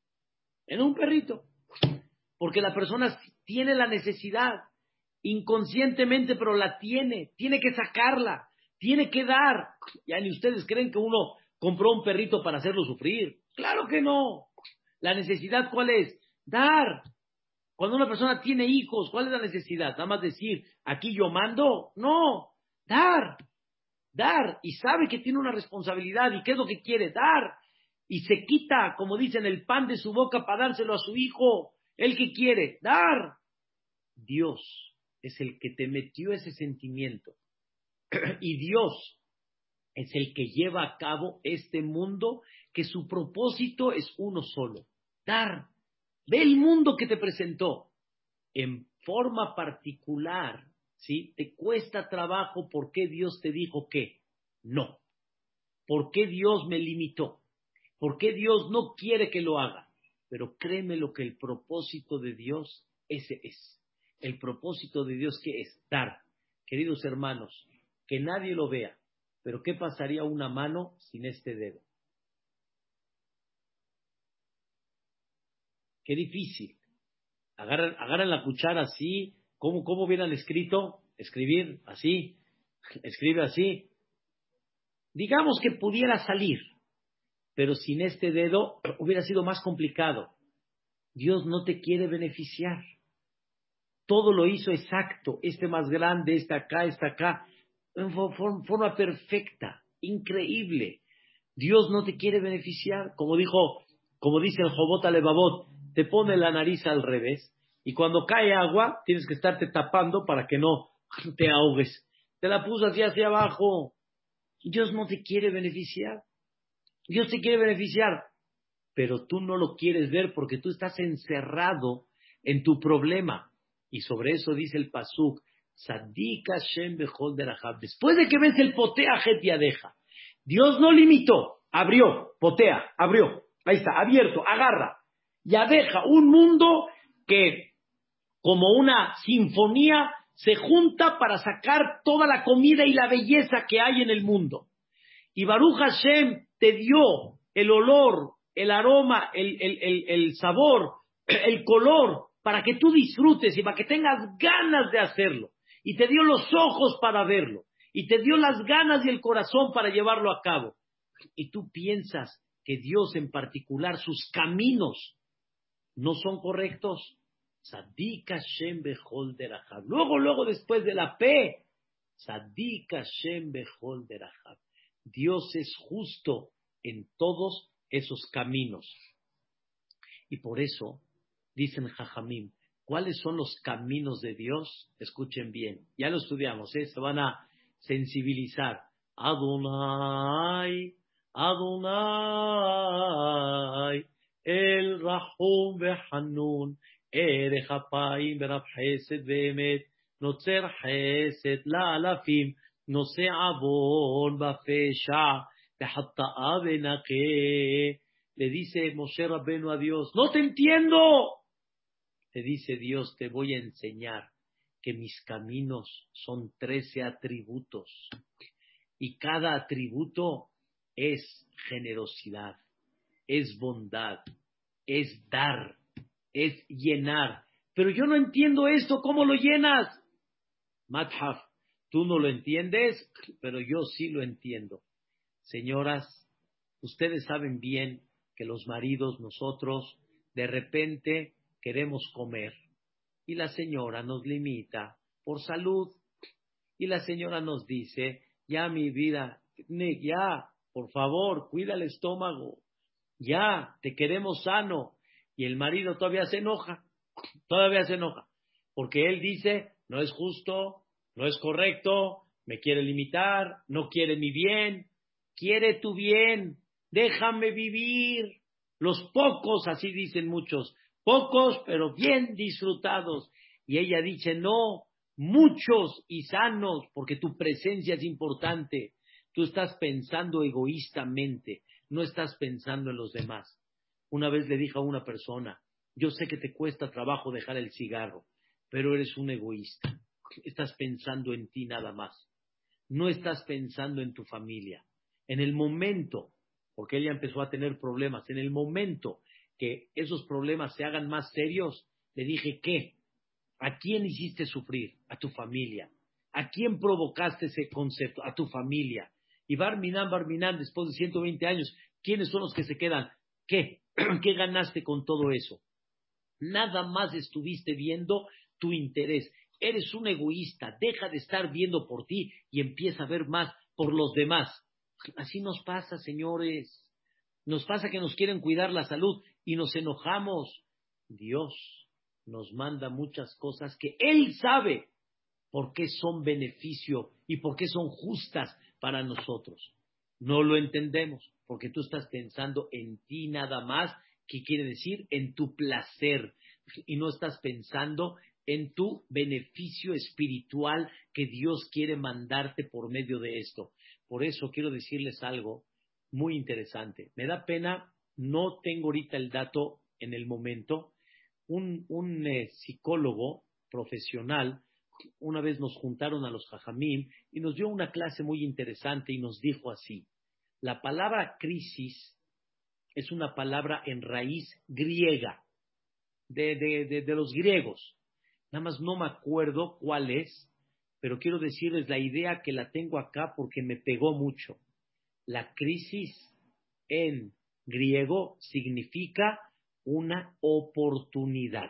porque la persona tiene la necesidad, inconscientemente, pero la tiene que sacarla, tiene que dar. Ya ni ustedes creen que uno compró un perrito para hacerlo sufrir. Claro que no. La necesidad, ¿cuál es? Dar. Cuando una persona tiene hijos, ¿cuál es la necesidad? Nada más decir, aquí yo mando. No, dar. Y sabe que tiene una responsabilidad. ¿Y qué es lo que quiere? Dar. Y se quita, como dicen, el pan de su boca para dárselo a su hijo. ¿Él qué quiere? Dar. Dios es el que te metió ese sentimiento. Y Dios es el que lleva a cabo este mundo, que su propósito es uno solo. Dar. Ve el mundo que te presentó. En forma particular, ¿sí? Te cuesta trabajo. ¿Por qué Dios te dijo que no? ¿Por qué Dios me limitó? ¿Por qué Dios no quiere que lo haga? Pero créeme lo que el propósito de Dios, ese es. El propósito de Dios, ¿qué es? Dar. Queridos hermanos, que nadie lo vea, pero ¿qué pasaría una mano sin este dedo? Qué difícil. Agarran la cuchara así. ¿Cómo hubieran escrito? Escribir así. Escribe así. Digamos que pudiera salir, pero sin este dedo hubiera sido más complicado. Dios no te quiere beneficiar. Todo lo hizo exacto. Este más grande, este acá. En forma perfecta. Increíble. Dios no te quiere beneficiar. Como dice el Jobot Alevavot, te pone la nariz al revés y cuando cae agua tienes que estarte tapando para que no te ahogues. Te la puso así hacia abajo. Dios no te quiere beneficiar. Dios te quiere beneficiar, pero tú no lo quieres ver porque tú estás encerrado en tu problema. Y sobre eso dice el Pasuk, Sadik Hashem Bechol Derachab. Después de que ves el potea Getia deja. Dios no limitó, abrió, potea, abrió. Ahí está, abierto, agarra. Ya deja un mundo que, como una sinfonía, se junta para sacar toda la comida y la belleza que hay en el mundo. Y Baruch Hashem te dio el olor, el aroma, el sabor, el color, para que tú disfrutes y para que tengas ganas de hacerlo. Y te dio los ojos para verlo. Y te dio las ganas y el corazón para llevarlo a cabo. Y tú piensas que Dios en particular, sus caminos no son correctos. Sadik Hashem Bechol Derachab. Luego, después de la P, Sadik Hashem Bechol Derachab. Dios es justo en todos esos caminos. Y por eso, dicen Jajamim, ¿cuáles son los caminos de Dios? Escuchen bien, ya lo estudiamos, se van a sensibilizar. Adonai, Adonai, el Rahum ve'Hanun, Erech Hapaim ve'Rab Chesed ve'Emet, Notzer Chesed la'alafim, Nose Avon ba'Fesha, Be'Hatta'a be'Naqeh. Le dice Moshe Rabbenu a Dios, no te entiendo. Le dice Dios, te voy a enseñar que mis caminos son 13 atributos. Y cada atributo es generosidad, es bondad, es dar, es llenar. Pero yo no entiendo esto, ¿cómo lo llenas? Madhaf, tú no lo entiendes, pero yo sí lo entiendo. Señoras, ustedes saben bien que los maridos, nosotros, de repente queremos comer y la señora nos limita por salud y la señora nos dice, ya mi vida, Nick, ya, por favor, cuida el estómago, ya, te queremos sano. Y el marido todavía se enoja, porque él dice, no es justo, no es correcto, me quiere limitar, no quiere mi bien, quiere tu bien, déjame vivir. Los pocos, así dicen muchos, pocos pero bien disfrutados. Y ella dice, no, muchos y sanos, porque tu presencia es importante, Tú estás pensando egoístamente, no estás pensando en los demás. Una vez le dije a una persona, yo sé que te cuesta trabajo dejar el cigarro, pero eres un egoísta. Estás pensando en ti nada más. No estás pensando en tu familia. En el momento, porque ella empezó a tener problemas, en el momento que esos problemas se hagan más serios, le dije, ¿qué? ¿A quién hiciste sufrir? A tu familia. ¿A quién provocaste ese concepto? A tu familia. Y Barminan, después de 120 años, ¿quiénes son los que se quedan? ¿Qué? ¿Qué ganaste con todo eso? Nada más estuviste viendo tu interés. Eres un egoísta. Deja de estar viendo por ti y empieza a ver más por los demás. Así nos pasa, señores. Nos pasa que nos quieren cuidar la salud y nos enojamos. Dios nos manda muchas cosas que Él sabe por qué son beneficio y por qué son justas para nosotros. No lo entendemos porque tú estás pensando en ti nada más, ¿qué quiere decir? En tu placer, y no estás pensando en tu beneficio espiritual que Dios quiere mandarte por medio de esto. Por eso quiero decirles algo muy interesante. Me da pena, no tengo ahorita el dato en el momento. Un psicólogo profesional, una vez nos juntaron a los jajamim y nos dio una clase muy interesante y nos dijo así: la palabra crisis es una palabra en raíz griega, de los griegos. Nada más no me acuerdo cuál es, pero quiero decirles la idea que la tengo acá porque me pegó mucho. La crisis en griego significa una oportunidad.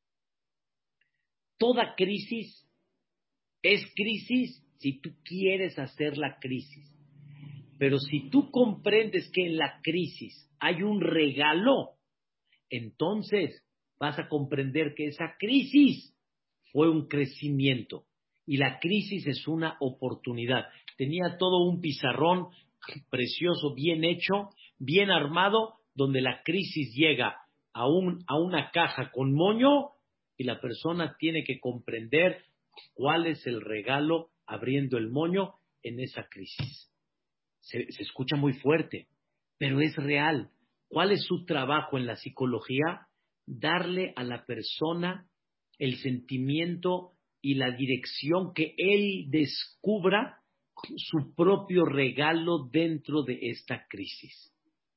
Toda crisis es crisis si tú quieres hacer la crisis. Pero si tú comprendes que en la crisis hay un regalo, entonces vas a comprender que esa crisis fue un crecimiento y la crisis es una oportunidad. Tenía todo un pizarrón precioso, bien hecho, bien armado, donde la crisis llega a una caja con moño y la persona tiene que comprender cuál es el regalo abriendo el moño en esa crisis. Se escucha muy fuerte, pero es real. ¿Cuál es su trabajo en la psicología? Darle a la persona el sentimiento y la dirección que él descubra su propio regalo dentro de esta crisis.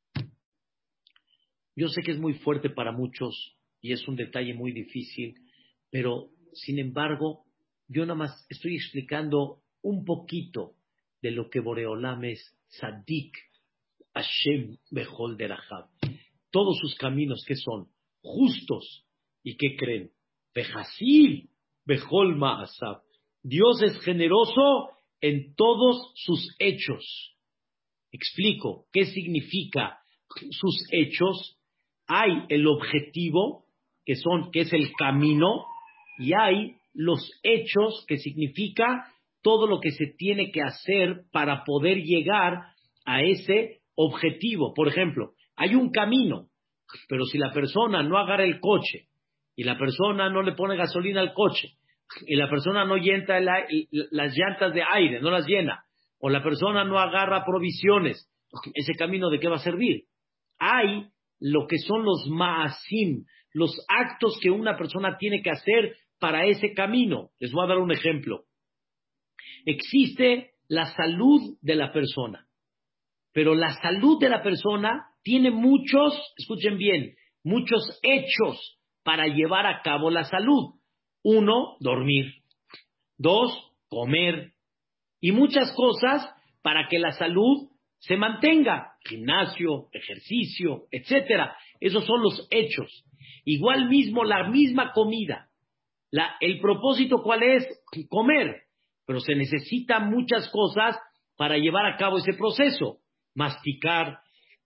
Yo sé que es muy fuerte para muchos y es un detalle muy difícil, pero sin embargo, yo nada más estoy explicando un poquito de lo que Boreolam es Tzadik Hashem Bechol Derajab. Todos sus caminos, ¿qué son? Justos. ¿Y qué creen? Bejasil Bechol Maasab. Dios es generoso en todos sus hechos. Explico qué significa sus hechos. Hay el objetivo, que es el camino, y hay los hechos, que significa todo lo que se tiene que hacer para poder llegar a ese objetivo. Por ejemplo, hay un camino, pero si la persona no agarra el coche, y la persona no le pone gasolina al coche, y la persona no llena las llantas de aire, no las llena, o la persona no agarra provisiones, ese camino ¿de qué va a servir? Hay lo que son los maasim, los actos que una persona tiene que hacer para ese camino. Les voy a dar un ejemplo. Existe la salud de la persona, pero la salud de la persona tiene escuchen bien, muchos hechos para llevar a cabo la salud. 1, dormir. 2, comer. Y muchas cosas para que la salud se mantenga. Gimnasio, ejercicio, etcétera. Esos son los hechos. Igual mismo, la misma comida. El propósito, ¿cuál es? Comer. Pero se necesitan muchas cosas para llevar a cabo ese proceso. Masticar,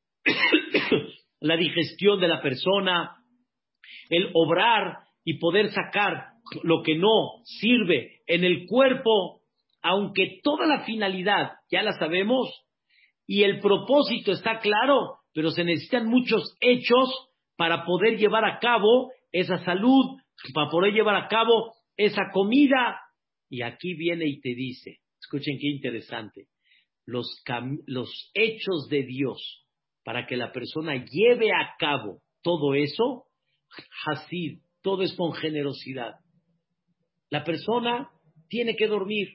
la digestión de la persona, el obrar y poder sacar lo que no sirve en el cuerpo, aunque toda la finalidad ya la sabemos y el propósito está claro, pero se necesitan muchos hechos para poder llevar a cabo esa salud, para poder llevar a cabo esa comida. Y aquí viene y te dice, escuchen qué interesante, los hechos de Dios para que la persona lleve a cabo todo eso, Hasid, todo es con generosidad. La persona tiene que dormir,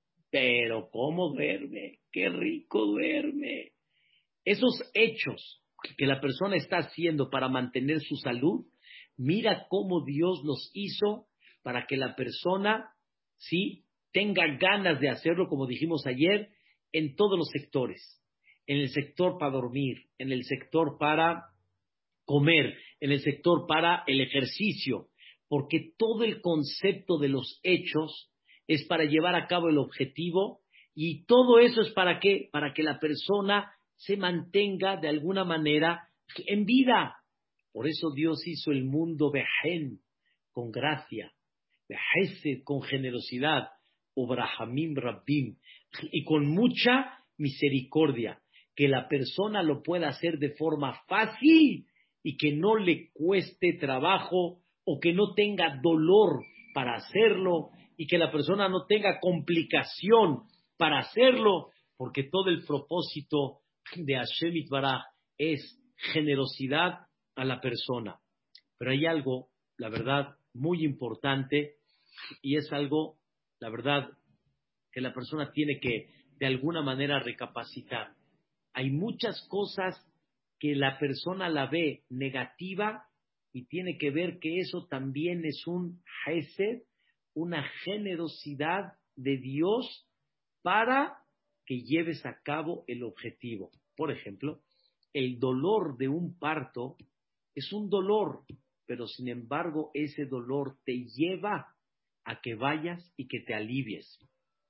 pero ¿cómo duerme? ¡Qué rico duerme! Esos hechos que la persona está haciendo para mantener su salud, mira cómo Dios los hizo para que la persona, sí, tenga ganas de hacerlo, como dijimos ayer, en todos los sectores. En el sector para dormir, en el sector para comer, en el sector para el ejercicio, porque todo el concepto de los hechos es para llevar a cabo el objetivo y todo eso es para qué, para que la persona se mantenga de alguna manera en vida. Por eso Dios hizo el mundo behen, con gracia, behesed, con generosidad, obrahamim rabbim, y con mucha misericordia, que la persona lo pueda hacer de forma fácil y que no le cueste trabajo o que no tenga dolor para hacerlo y que la persona no tenga complicación para hacerlo, porque todo el propósito de Hashem Yitbaraj es generosidad a la persona. Pero hay algo, la verdad, muy importante y es algo, la verdad, que la persona tiene que de alguna manera recapacitar. Hay muchas cosas que la persona la ve negativa y tiene que ver que eso también es un hesed, una generosidad de Dios para que lleves a cabo el objetivo. Por ejemplo, el dolor de un parto es un dolor, pero sin embargo ese dolor te lleva a que vayas y que te alivies.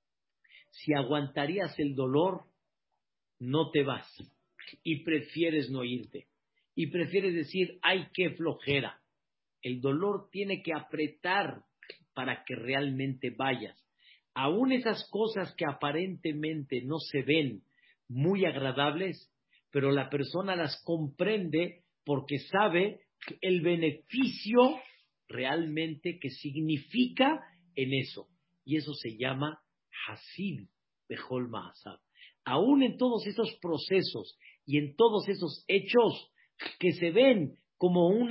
Si aguantarías el dolor, no te vas y prefieres no irte y prefieres decir, ay, qué flojera. El dolor tiene que apretar para que realmente vayas. Aún esas cosas que aparentemente no se ven muy agradables, pero la persona las comprende porque sabe el beneficio realmente que significa en eso. Y eso se llama Hasid Bechol Ma'asab. Aún en todos esos procesos y en todos esos hechos que se ven como un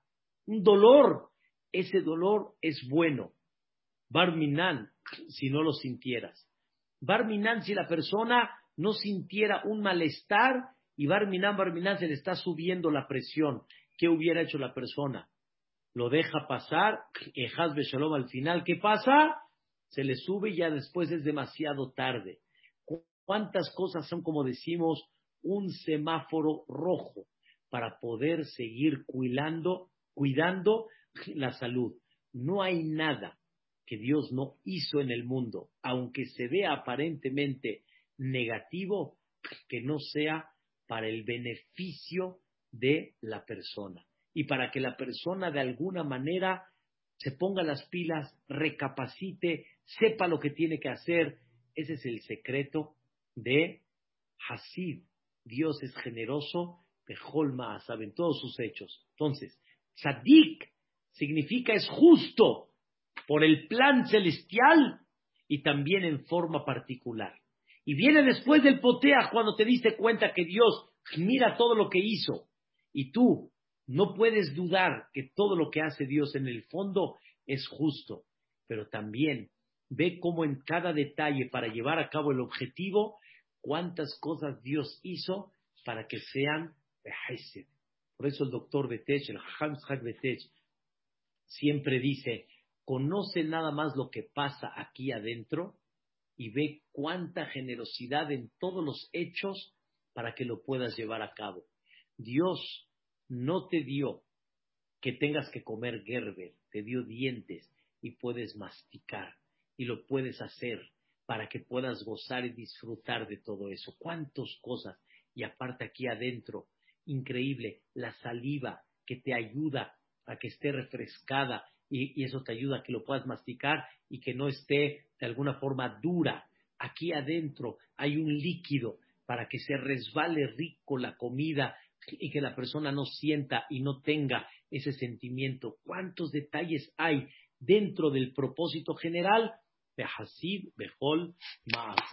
dolor, ese dolor es bueno. Barminan, si no lo sintieras. Barminan, si la persona no sintiera un malestar y Barminan se le está subiendo la presión, ¿qué hubiera hecho la persona? Lo deja pasar, Ejaz Beshalom al final, ¿qué pasa? Se le sube y ya después es demasiado tarde. ¿Cuántas cosas son, como decimos, un semáforo rojo para poder seguir cuidando la salud? No hay nada que Dios no hizo en el mundo, aunque se vea aparentemente negativo, que no sea para el beneficio de la persona y para que la persona de alguna manera se ponga las pilas, recapacite, sepa lo que tiene que hacer. Ese es el secreto de Hasid. Dios es generoso, Bechol Ma'asab, en todos sus hechos. Entonces, Tzadik significa es justo por el plan celestial y también en forma particular. Y viene después del poteaj cuando te diste cuenta que Dios mira todo lo que hizo y tú no puedes dudar que todo lo que hace Dios en el fondo es justo, pero también ve cómo en cada detalle para llevar a cabo el objetivo, cuántas cosas Dios hizo para que sean behesed. Por eso el doctor Betech, el Jajam Yitzhak Betech, siempre dice, conoce nada más lo que pasa aquí adentro y ve cuánta generosidad en todos los hechos para que lo puedas llevar a cabo. Dios no te dio que tengas que comer gerber, te dio dientes y puedes masticar y lo puedes hacer para que puedas gozar y disfrutar de todo eso. ¿Cuántas cosas? Y aparte aquí adentro, increíble, la saliva que te ayuda a que esté refrescada y eso te ayuda a que lo puedas masticar y que no esté de alguna forma dura. Aquí adentro hay un líquido para que se resbale rico la comida y que la persona no sienta y no tenga ese sentimiento. ¿Cuántos detalles hay dentro del propósito general de Hasid Bechol Ma'asab?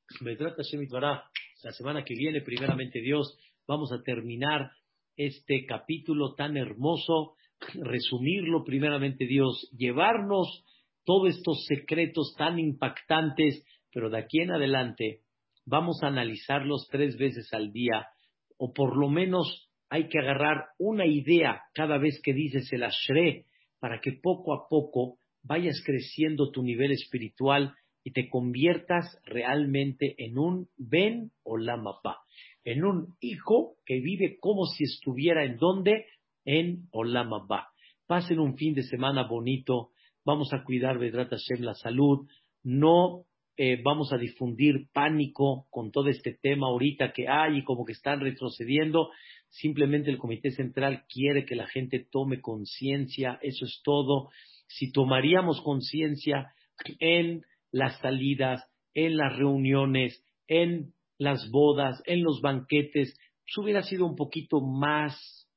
Bedrat Hashem Yitbaraj, la semana que viene, primeramente Dios, vamos a terminar este capítulo tan hermoso, resumirlo primeramente Dios, llevarnos todos estos secretos tan impactantes, pero de aquí en adelante vamos a analizarlos 3 veces al día, o por lo menos hay que agarrar una idea cada vez que dices el Ashré, para que poco a poco vayas creciendo tu nivel espiritual y te conviertas realmente en un Ben Olam Haba, en un hijo que vive como si estuviera en donde, en Olam Haba. Pasen un fin de semana bonito, vamos a cuidar Bedrat Hashem la salud, no vamos a difundir pánico con todo este tema ahorita que hay y como que están retrocediendo. Simplemente el Comité Central quiere que la gente tome conciencia, eso es todo. Si tomaríamos conciencia en las salidas, en las reuniones, en las bodas, en los banquetes, pues hubiera sido un poquito más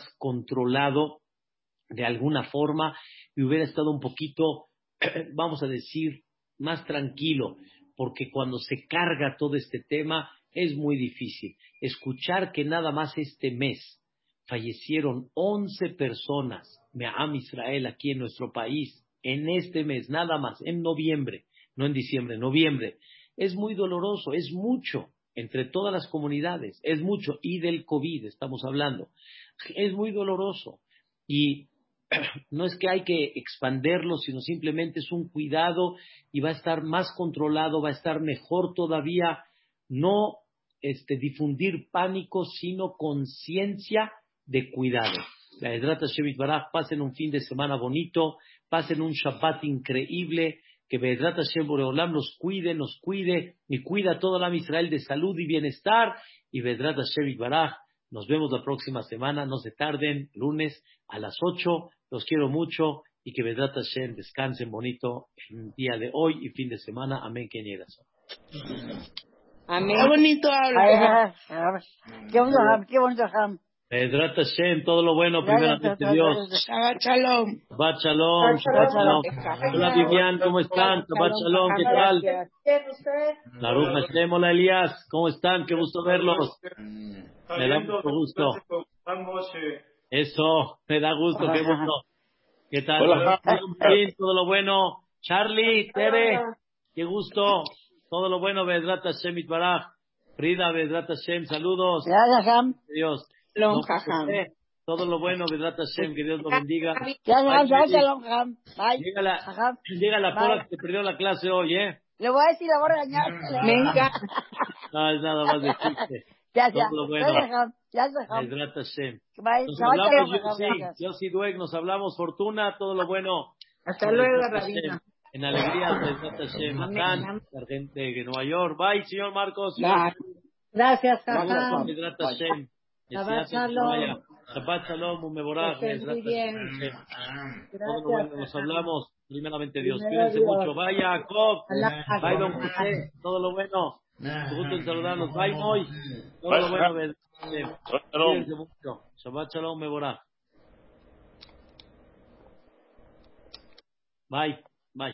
controlado de alguna forma y hubiera estado un poquito, vamos a decir, más tranquilo, porque cuando se carga todo este tema es muy difícil. Escuchar que nada más este mes fallecieron 11 personas, Me'am Israel, aquí en nuestro país, en este mes, nada más, en noviembre, no en diciembre, noviembre, es muy doloroso, es mucho, entre todas las comunidades, es mucho, y del COVID estamos hablando, es muy doloroso, y no es que hay que expanderlo, sino simplemente es un cuidado y va a estar más controlado, va a estar mejor todavía, no difundir pánico, sino conciencia de cuidado. La Bedrat Hashem Yitbaraj, pasen un fin de semana bonito, pasen un Shabbat increíble, que Bedrat Hashem Boreolam nos cuide y cuida a todo el Am Israel de salud y bienestar, y Bedrat Hashem Yitbaraj, nos vemos la próxima semana, no se tarden, lunes a las 8, los quiero mucho y que Bedrat Hashem descansen bonito el día de hoy y fin de semana. Amén, que niegas.
Amén. Qué bonito habla.
Qué bonito, Ham.
Bedrat Hashem, todo lo bueno, primeramente Dios.
Shabbat Shalom.
Shabbat Shalom, Shabbat Shalom. Hola Vivian, ¿cómo están? Shabbat Shalom, ¿qué tal? Baruch Hashem, hola Elías, ¿cómo están? Qué gusto verlos. Me da mucho gusto. Eso, me da gusto, qué gusto. ¿Qué tal?
Hola.
Todo lo bueno. Charlie, Tere, qué gusto. Todo lo bueno, Bedrat Hashem Yitbaraj. Frida, Bedrat Hashem, saludos.
Gracias, Ham.
Dios.
Shalom,
No,
Jajam.
todo lo bueno, Bedrat Hashem, que Dios lo bendiga.
Gracias, Shalom, Ham. Bye.
Llega la prueba que te perdió la clase hoy, ¿eh?
Le voy a decir, la voy a regañar.
Venga.
No, es nada más de chiste.
Gracias.
Todo lo bueno.
Gracias, Ham.
Bedrat Hashem.
Bye.
Nos
Shabbat
hablamos,
Shalom,
yo sí, Dueg, nos hablamos. Fortuna, todo lo bueno.
Hasta luego,
Bedrat
Rabino.
Hashem. En alegría, Bedrat Hashem. Matán, gente de Nueva York. Bye, señor Marcos.
Bye.
Gracias,
Gracias,
Ham.
Bedrat Hashem.
Shabbat Shalom.
Shabbat Shalom, Umeboraj.
Que estén muy bien.
Todo lo bueno, nos hablamos. Primeramente Dios.
Primero
Cuídense
Dios.
mucho. Bye, Jacob.
Allah.
Bye, don José. Todo lo bueno. Gusto en saludarlos. Bye, Moy. Todo lo bueno, Bedrat Hashem. Cuídense mucho. Shabbat Shalom, Umeboraj. Bye.